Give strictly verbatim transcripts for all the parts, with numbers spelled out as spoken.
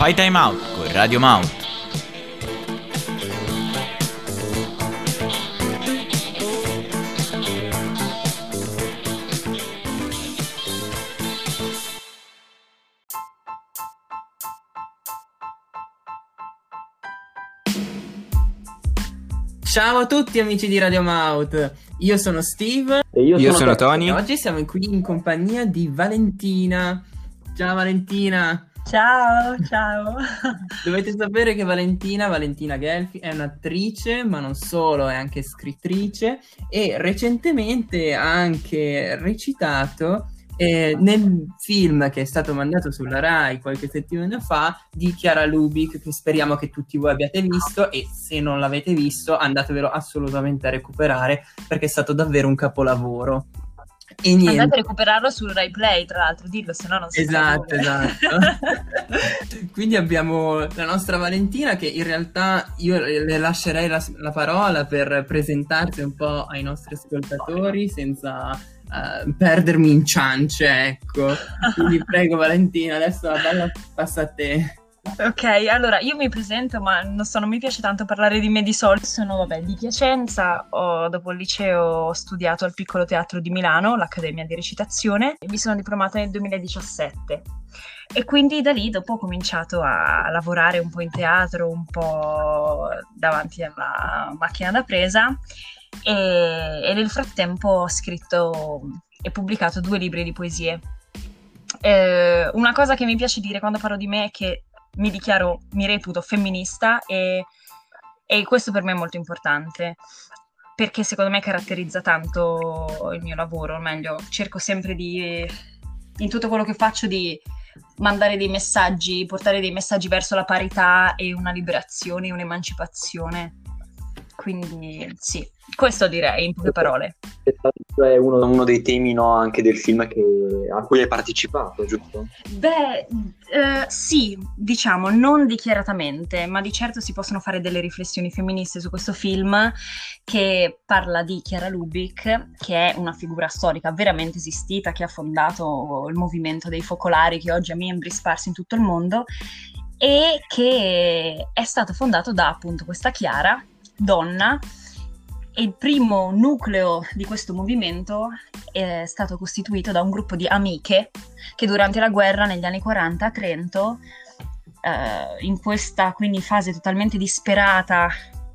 Fai Time Out con Radio Mount. Ciao a tutti amici di Radio Mouth, io sono Steve e io, io sono, sono Tony. E oggi siamo qui in compagnia di Valentina. Ciao Valentina. Ciao, ciao. Dovete sapere che Valentina, Valentina Gelfi, è un'attrice, ma non solo, è anche scrittrice e recentemente ha anche recitato eh, nel film che è stato mandato sulla Rai qualche settimana fa di Chiara Lubick, che speriamo che tutti voi abbiate visto, e se non l'avete visto andatevelo assolutamente a recuperare perché è stato davvero un capolavoro. E niente. Andate a recuperarlo sul Rai Play, tra l'altro, dillo, se no non si esatto, esatto. Quindi abbiamo la nostra Valentina, che in realtà io le lascerei la, la parola per presentarsi un po' ai nostri ascoltatori senza uh, perdermi in ciance, ecco. Quindi prego Valentina, adesso la palla passa a te. Ok, allora io mi presento, ma non so, non mi piace tanto parlare di me di solito. Sono, vabbè, di Piacenza, ho, dopo il liceo ho studiato al Piccolo Teatro di Milano, l'Accademia di Recitazione, e mi sono diplomata nel duemiladiciassette. E quindi da lì dopo ho cominciato a lavorare un po' in teatro, un po' davanti alla macchina da presa, e, e nel frattempo ho scritto e pubblicato due libri di poesie. Eh, una cosa che mi piace dire quando parlo di me è che mi dichiaro, mi reputo femminista e, e questo per me è molto importante perché secondo me caratterizza tanto il mio lavoro, o meglio, cerco sempre di, in tutto quello che faccio, di mandare dei messaggi, portare dei messaggi verso la parità e una liberazione, un'emancipazione. Quindi sì, questo direi in poche parole. È uno, uno dei temi, no, anche del film che, a cui hai partecipato, giusto? Beh, eh, sì, diciamo, non dichiaratamente, ma di certo si possono fare delle riflessioni femministe su questo film che parla di Chiara Lubick, che è una figura storica veramente esistita, che ha fondato il movimento dei focolari, che oggi ha membri sparsi in tutto il mondo, e che è stato fondato da appunto questa Chiara, donna. E il primo nucleo di questo movimento è stato costituito da un gruppo di amiche che durante la guerra negli anni quaranta a Trento, eh, in questa quindi fase totalmente disperata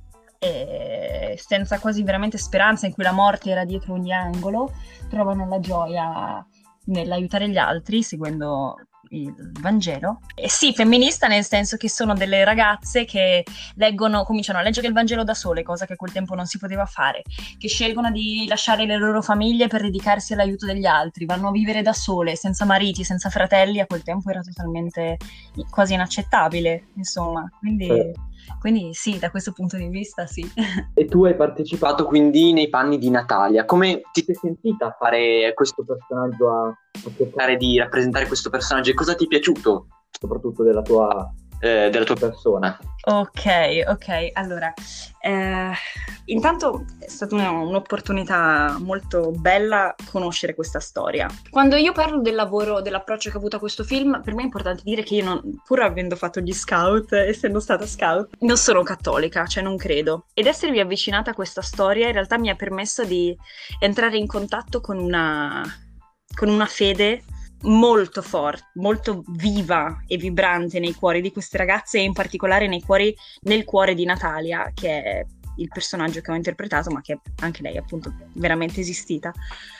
e senza quasi veramente speranza, in cui la morte era dietro ogni angolo, trovano la gioia nell'aiutare gli altri seguendo il Vangelo. E sì, femminista nel senso che sono delle ragazze che leggono, cominciano a leggere il Vangelo da sole, cosa che a quel tempo non si poteva fare, che scelgono di lasciare le loro famiglie per dedicarsi all'aiuto degli altri, vanno a vivere da sole, senza mariti, senza fratelli, a quel tempo era totalmente quasi inaccettabile, insomma, quindi, eh. quindi sì, da questo punto di vista sì. E tu hai partecipato quindi nei panni di Natalia, come ti sei sentita a fare questo personaggio, a, a cercare di rappresentare questo personaggio, e cosa ti è piaciuto soprattutto della tua, eh, della tua persona? Ok, ok, allora, eh, intanto è stata una, un'opportunità molto bella conoscere questa storia. Quando io parlo del lavoro, dell'approccio che ho avuto a questo film, per me è importante dire che io, non, pur avendo fatto gli scout, essendo stata scout, non sono cattolica, cioè non credo. Ed essermi avvicinata a questa storia in realtà mi ha permesso di entrare in contatto con una, con una fede molto forte, molto viva e vibrante nei cuori di queste ragazze, e in particolare nei cuori, nel cuore di Natalia, che è il personaggio che ho interpretato, ma che è anche lei appunto veramente esistita,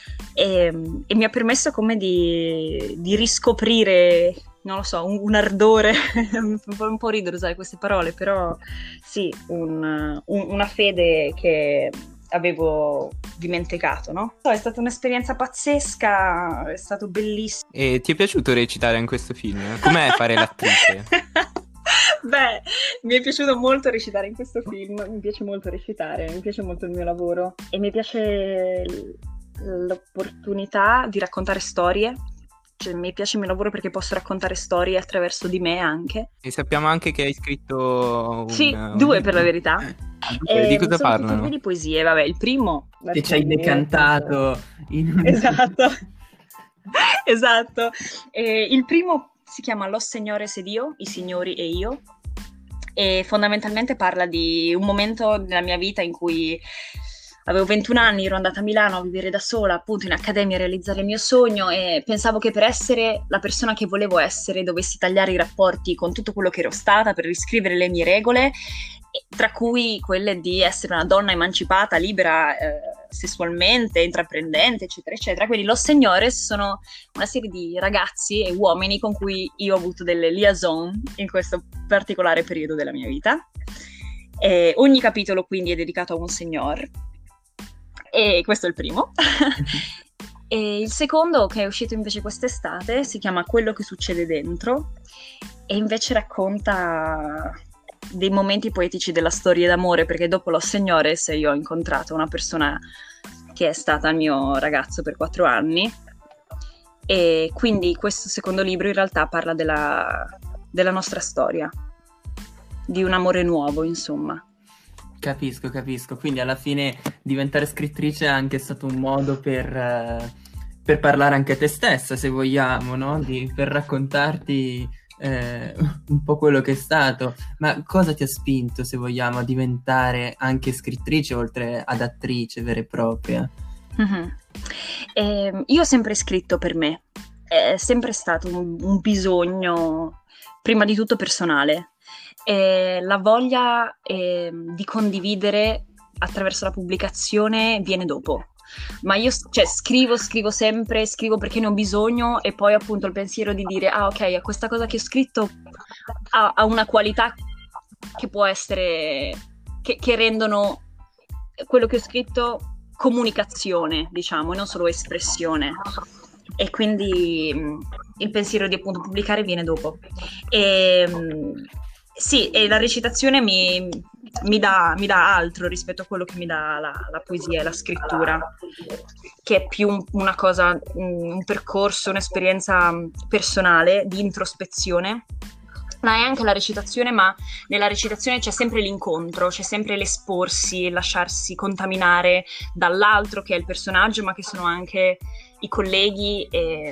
e, e mi ha permesso come di, di riscoprire, non lo so, un, un ardore, fa un po' ridere usare queste parole, però sì, un, un, una fede che avevo dimenticato, no? È stata un'esperienza pazzesca, è stato bellissimo. E ti è piaciuto recitare in questo film? Com'è fare l'attrice? Beh, mi è piaciuto molto recitare in questo film, mi piace molto recitare, mi piace molto il mio lavoro e mi piace l'opportunità di raccontare storie. Cioè, mi piace il mio lavoro perché posso raccontare storie attraverso di me anche. E sappiamo anche che hai scritto un, sì, un due libro. Per la verità. Eh, di cosa sono parlano? Tutti di poesie, vabbè, il primo che ci hai decantato in... esatto. Esatto. Eh, il primo si chiama Los Señores ed io, i signori e io, e fondamentalmente parla di un momento nella mia vita in cui avevo ventuno anni, ero andata a Milano a vivere da sola, appunto in accademia a realizzare il mio sogno, e pensavo che per essere la persona che volevo essere dovessi tagliare i rapporti con tutto quello che ero stata per riscrivere le mie regole, tra cui quelle di essere una donna emancipata, libera eh, sessualmente, intraprendente, eccetera, eccetera. Quindi Los Señores sono una serie di ragazzi e uomini con cui io ho avuto delle liaison in questo particolare periodo della mia vita. E ogni capitolo quindi è dedicato a un signor, e questo è il primo. E il secondo, che è uscito invece quest'estate, si chiama Quello che succede dentro, e invece racconta dei momenti poetici della storia d'amore, perché dopo Los Señores io ho incontrato una persona che è stata il mio ragazzo per quattro anni, e quindi questo secondo libro in realtà parla della, della nostra storia, di un amore nuovo, insomma. Capisco, capisco. Quindi alla fine diventare scrittrice è anche stato un modo per, eh, per parlare anche a te stessa, se vogliamo, no? Di, per raccontarti eh, un po' quello che è stato. Ma cosa ti ha spinto, se vogliamo, a diventare anche scrittrice oltre ad attrice vera e propria? Mm-hmm. Eh, io ho sempre scritto per me, è sempre stato un, un bisogno, prima di tutto personale. E la voglia eh, di condividere attraverso la pubblicazione viene dopo, ma io cioè, scrivo, scrivo sempre, scrivo perché ne ho bisogno, e poi appunto il pensiero di dire ah ok, questa cosa che ho scritto ha, ha una qualità che può essere, che, che rendono quello che ho scritto comunicazione, diciamo, e non solo espressione. E quindi mh, il pensiero di appunto pubblicare viene dopo. E mh, sì, e la recitazione mi, mi, dà, mi dà altro rispetto a quello che mi dà la, la poesia e la scrittura, che è più un, una cosa, un, un percorso, un'esperienza personale di introspezione. Ma è anche la recitazione, ma nella recitazione c'è sempre l'incontro, c'è sempre l'esporsi, lasciarsi contaminare dall'altro che è il personaggio, ma che sono anche i colleghi e,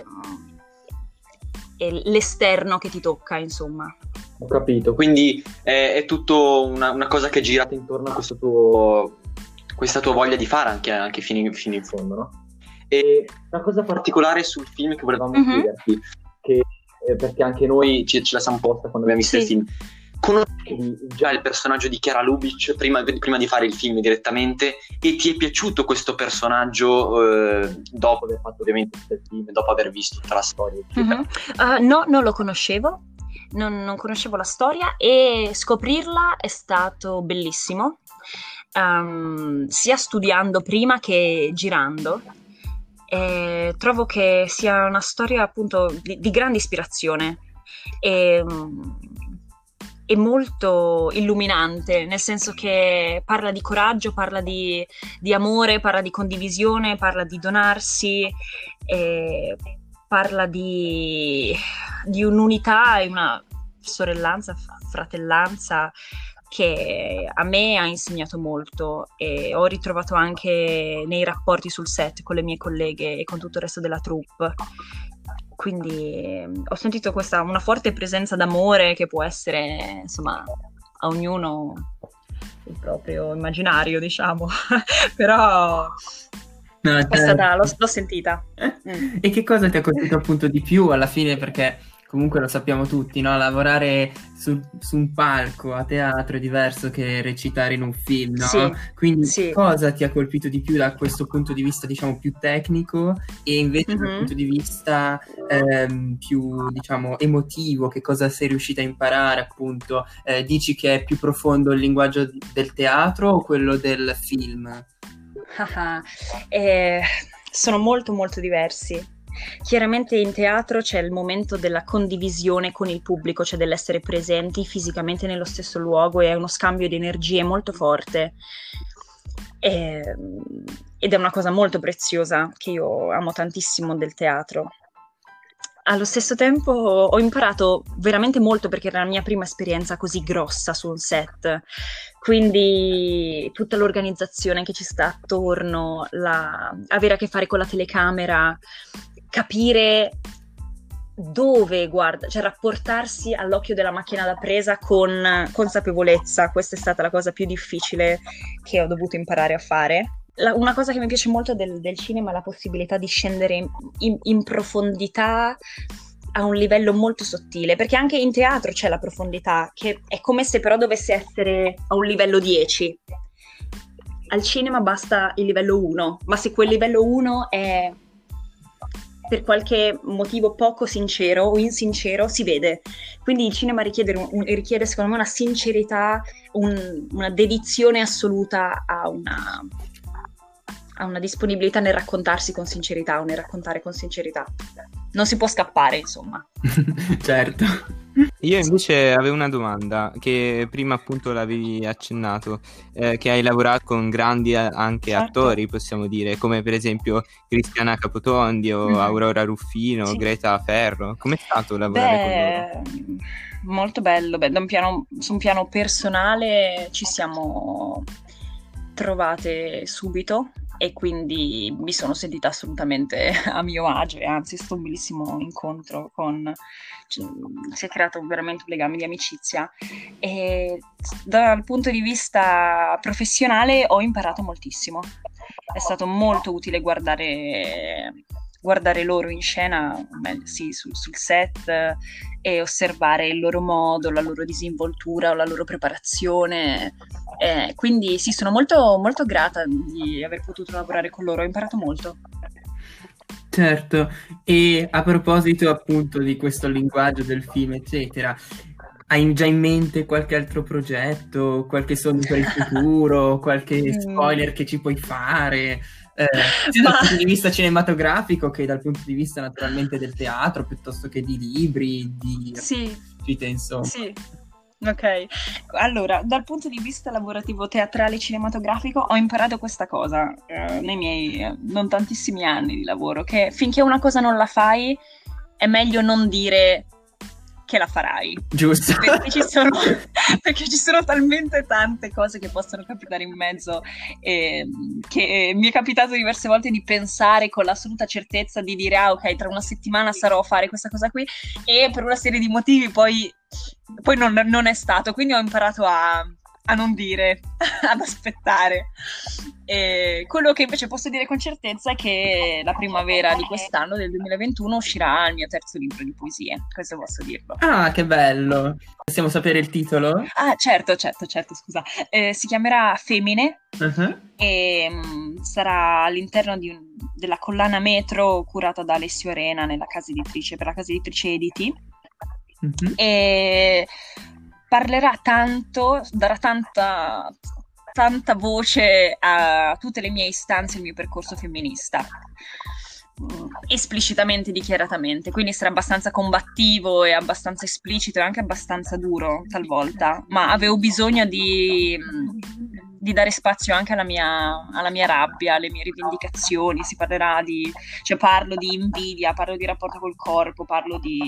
e l'esterno che ti tocca, insomma. Ho capito, quindi è, è tutto una, una cosa che è girata intorno a questo tuo, questa tua voglia di fare anche, anche fino, fino in fondo, no? E una cosa particolare sul film che volevamo mm-hmm. chiederti, che, eh, perché anche noi ce, ce la siamo posta quando abbiamo visto sì. il film. Conoscevi già il personaggio di Chiara Lubich prima, prima di fare il film direttamente, e ti è piaciuto questo personaggio eh, dopo aver fatto ovviamente il film, dopo aver visto tutta la storia? Mm-hmm. Uh, no, non lo conoscevo. Non, non conoscevo la storia, e scoprirla è stato bellissimo, um, sia studiando prima che girando. E trovo che sia una storia appunto di, di grande ispirazione e, e molto illuminante, nel senso che parla di coraggio, parla di, di amore, parla di condivisione, parla di donarsi, e parla di, di un'unità e una sorellanza, fratellanza che a me ha insegnato molto, e ho ritrovato anche nei rapporti sul set con le mie colleghe e con tutto il resto della troupe. Quindi ho sentito questa una forte presenza d'amore che può essere, insomma, a ognuno il proprio immaginario, diciamo. Però no, certo. è stata, l'ho, l'ho sentita. Mm. E che cosa ti ha colpito appunto di più alla fine? Perché comunque lo sappiamo tutti, no? Lavorare su, su un palco a teatro è diverso che recitare in un film, no? Sì, Quindi sì. cosa ti ha colpito di più da questo punto di vista, diciamo, più tecnico, e invece Mm-hmm. dal punto di vista ehm, più, diciamo, emotivo? Che cosa sei riuscita a imparare, appunto? Eh, dici che è più profondo il linguaggio del teatro o quello del film? eh, sono molto molto diversi. Chiaramente in teatro c'è il momento della condivisione con il pubblico, cioè dell'essere presenti fisicamente nello stesso luogo, e è uno scambio di energie molto forte, e, ed è una cosa molto preziosa che io amo tantissimo del teatro. Allo stesso tempo ho imparato veramente molto, perché era la mia prima esperienza così grossa su un set, quindi tutta l'organizzazione che ci sta attorno, la, avere a che fare con la telecamera, capire dove guarda, cioè rapportarsi all'occhio della macchina da presa con consapevolezza. Questa è stata la cosa più difficile che ho dovuto imparare a fare. La, una cosa che mi piace molto del, del cinema è la possibilità di scendere in, in, in profondità a un livello molto sottile, perché anche in teatro c'è la profondità, che è come se però dovesse essere a un livello dieci. Al cinema basta il livello uno, ma se quel livello uno è per qualche motivo poco sincero o insincero, si vede. Quindi il cinema richiede, un, richiede secondo me una sincerità, un, una dedizione assoluta a una, a una disponibilità nel raccontarsi con sincerità o nel raccontare con sincerità. Non si può scappare, insomma. Certo. Io invece avevo una domanda, che prima appunto l'avevi accennato, eh, che hai lavorato con grandi a- anche Certo. attori, possiamo dire, come per esempio Cristiana Capotondi o Mhm. Aurora Ruffino, Sì. Greta Ferro. Com'è stato lavorare con loro? Beh, molto bello. Beh, da un piano, su un piano personale ci siamo trovate subito e quindi mi sono sentita assolutamente a mio agio, e anzi sto un bellissimo incontro con... cioè, si è creato veramente un legame di amicizia, e dal punto di vista professionale ho imparato moltissimo. È stato molto utile guardare, guardare loro in scena, beh, sì, sul, sul set, eh, e osservare il loro modo, la loro disinvoltura o la loro preparazione. Eh, quindi sì, sono molto, molto grata di aver potuto lavorare con loro, ho imparato molto. Certo, e a proposito appunto di questo linguaggio del film, eccetera, hai già in mente qualche altro progetto, qualche sogno per il futuro, qualche Mm. spoiler che ci puoi fare, eh, sia dal Ma- punto di vista cinematografico che dal punto di vista naturalmente del teatro, piuttosto che di libri, di Sì, recite, insomma. sì. Ok, allora, dal punto di vista lavorativo, teatrale, cinematografico, ho imparato questa cosa eh, nei miei eh, non tantissimi anni di lavoro, che finché una cosa non la fai è meglio non dire che la farai, Giusto. perché ci sono, perché ci sono talmente tante cose che possono capitare in mezzo, eh, che mi è capitato diverse volte di pensare con l'assoluta certezza di dire ah ok, tra una settimana sarò a fare questa cosa qui, e per una serie di motivi poi, poi non, non è stato, quindi ho imparato a, a non dire, ad aspettare. E quello che invece posso dire con certezza è che la primavera di quest'anno, del duemilaventuno, uscirà il mio terzo libro di poesie, questo posso dirlo. Ah, che bello. Possiamo sapere il titolo? Ah, certo, certo, certo, scusa. Eh, si chiamerà Femmine Uh-huh. e mh, sarà all'interno di un- della collana Metro curata da Alessio Arena nella casa editrice, per la casa editrice Editi, Mhm. e parlerà tanto, darà tanta, tanta voce a tutte le mie istanze e il mio percorso femminista. Mm, esplicitamente, dichiaratamente, quindi sarà abbastanza combattivo e abbastanza esplicito e anche abbastanza duro talvolta, ma avevo bisogno di, di dare spazio anche alla mia, alla mia rabbia, alle mie rivendicazioni. Si parlerà di, cioè parlo di invidia, parlo di rapporto col corpo, parlo di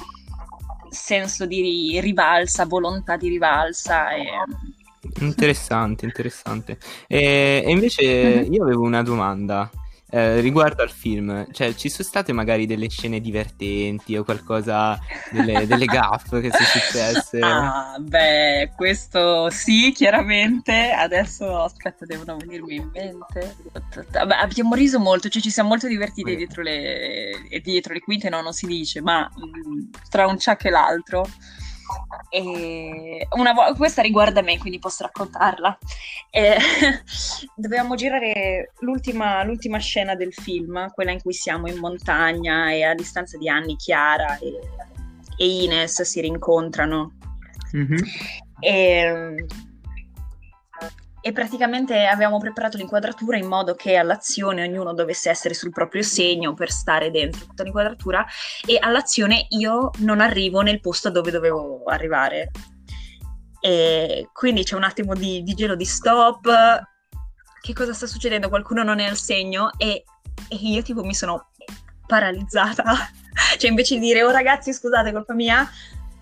senso di rivalsa, volontà di rivalsa e... Interessante, interessante. E, e invece Mhm. io avevo una domanda eh, riguardo al film. Cioè, ci sono state magari delle scene divertenti o qualcosa, delle, delle gaffe che sono successe? Ah, beh, questo sì, chiaramente. Adesso, aspetta, devono venirmi in mente. Vabbè, abbiamo riso molto, cioè ci siamo molto divertiti Ok. dietro le, e dietro le quinte, no, non si dice, ma mh, tra un ciak e l'altro. E una vo- questa riguarda me, quindi posso raccontarla. Eh, dovevamo girare l'ultima, l'ultima scena del film, quella in cui siamo in montagna e a distanza di anni Chiara e, e Ines si rincontrano. Mhm. E, e praticamente avevamo preparato l'inquadratura in modo che all'azione ognuno dovesse essere sul proprio segno per stare dentro tutta l'inquadratura, e all'azione io non arrivo nel posto dove dovevo arrivare. E quindi c'è un attimo di, di gelo di stop. Che cosa sta succedendo? Qualcuno non è al segno, e, e io tipo mi sono paralizzata. Cioè invece di dire oh ragazzi scusate, colpa mia,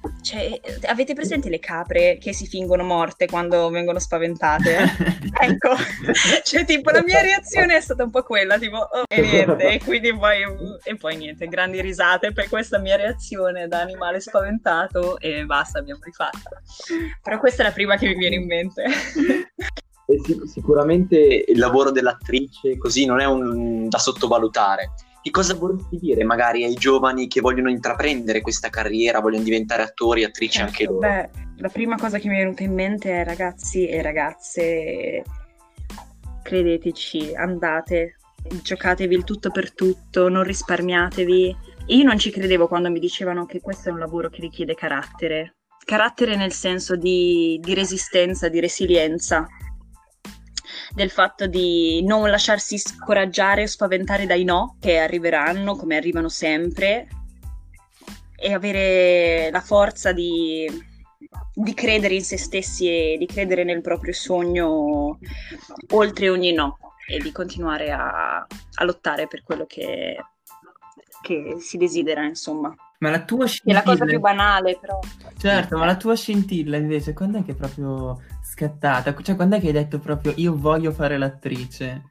Cioè, avete presente le capre che si fingono morte quando vengono spaventate? Ecco, cioè tipo la mia reazione è stata un po' quella, tipo, oh, e niente, e quindi poi, e poi niente, grandi risate per questa mia reazione da animale spaventato e basta, abbiamo rifatto. Però questa è la prima che mi viene in mente. E sic- sicuramente il lavoro dell'attrice così non è un da sottovalutare. Che cosa vorresti dire magari ai giovani che vogliono intraprendere questa carriera, vogliono diventare attori, attrici Certo, anche loro? Beh, la prima cosa che mi è venuta in mente è ragazzi e ragazze, credeteci, andate, giocatevi il tutto per tutto, non risparmiatevi. Io non ci credevo quando mi dicevano che questo è un lavoro che richiede carattere. Carattere nel senso di, di resistenza, di resilienza, del fatto di non lasciarsi scoraggiare o spaventare dai no che arriveranno, come arrivano sempre, e avere la forza di, di credere in se stessi e di credere nel proprio sogno oltre ogni no, e di continuare a, a lottare per quello che, che si desidera, insomma. Ma la tua È scintilla... la cosa più banale, però. Certo, ma la tua scintilla invece, quando è che è proprio scattata? Cioè, quando è che hai detto proprio io voglio fare l'attrice?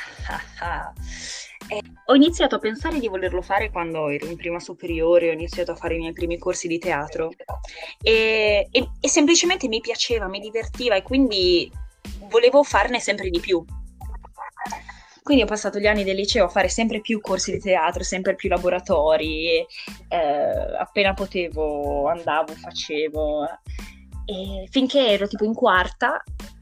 Eh, ho iniziato a pensare di volerlo fare quando ero in prima superiore, ho iniziato a fare i miei primi corsi di teatro e, e, e semplicemente mi piaceva, mi divertiva e quindi volevo farne sempre di più. Quindi ho passato gli anni del liceo a fare sempre più corsi di teatro, sempre più laboratori, eh, appena potevo andavo, facevo, e finché ero tipo in quarta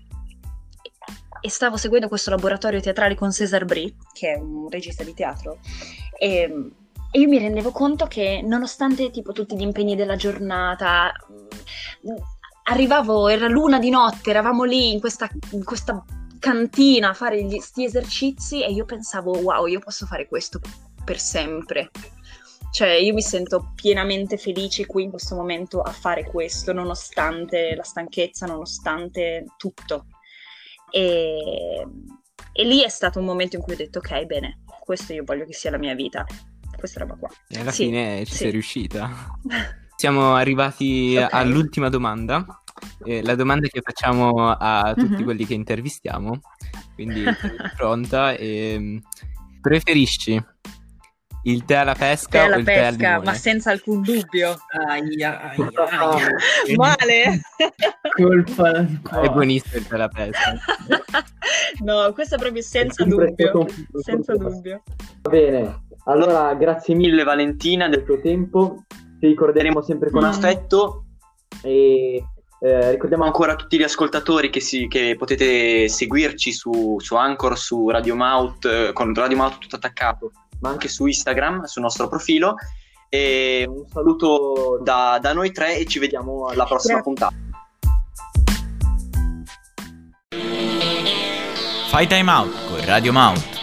e stavo seguendo questo laboratorio teatrale con César Brie, che è un regista di teatro, e, e io mi rendevo conto che nonostante tipo tutti gli impegni della giornata, arrivavo, era l'una di notte, eravamo lì in questa, in questa cantina a fare gli, sti esercizi e io pensavo wow, io posso fare questo per sempre, cioè io mi sento pienamente felice qui in questo momento a fare questo nonostante la stanchezza, nonostante tutto, e, e lì è stato un momento in cui ho detto ok, bene, questo io voglio che sia la mia vita, questa roba qua. E alla Sì, fine ci sì. sei riuscita. Siamo arrivati Ok. all'ultima domanda, eh, la domanda che facciamo a tutti Mhm. quelli che intervistiamo, quindi sei pronta. E, preferisci il tè alla pesca Tè o alla il tè al pesca, limone? ma senza alcun dubbio. Aia, aia, aia. Male? Colpa del È cuore. buonissimo il tè alla pesca. No, questo è proprio senza È sempre dubbio, stato un- senza dubbio. Va bene, allora grazie mille Valentina del tuo tempo, ti ricorderemo sempre con Mm. affetto e eh, ricordiamo ancora a tutti gli ascoltatori che, si, che potete seguirci su, su Anchor, su Radio Mouth, eh, con Radio Mouth tutto attaccato, ma anche su Instagram, sul nostro profilo, e un saluto da, da noi tre e ci vediamo alla prossima Grazie. puntata. Fai Time Out con Radio Mouth.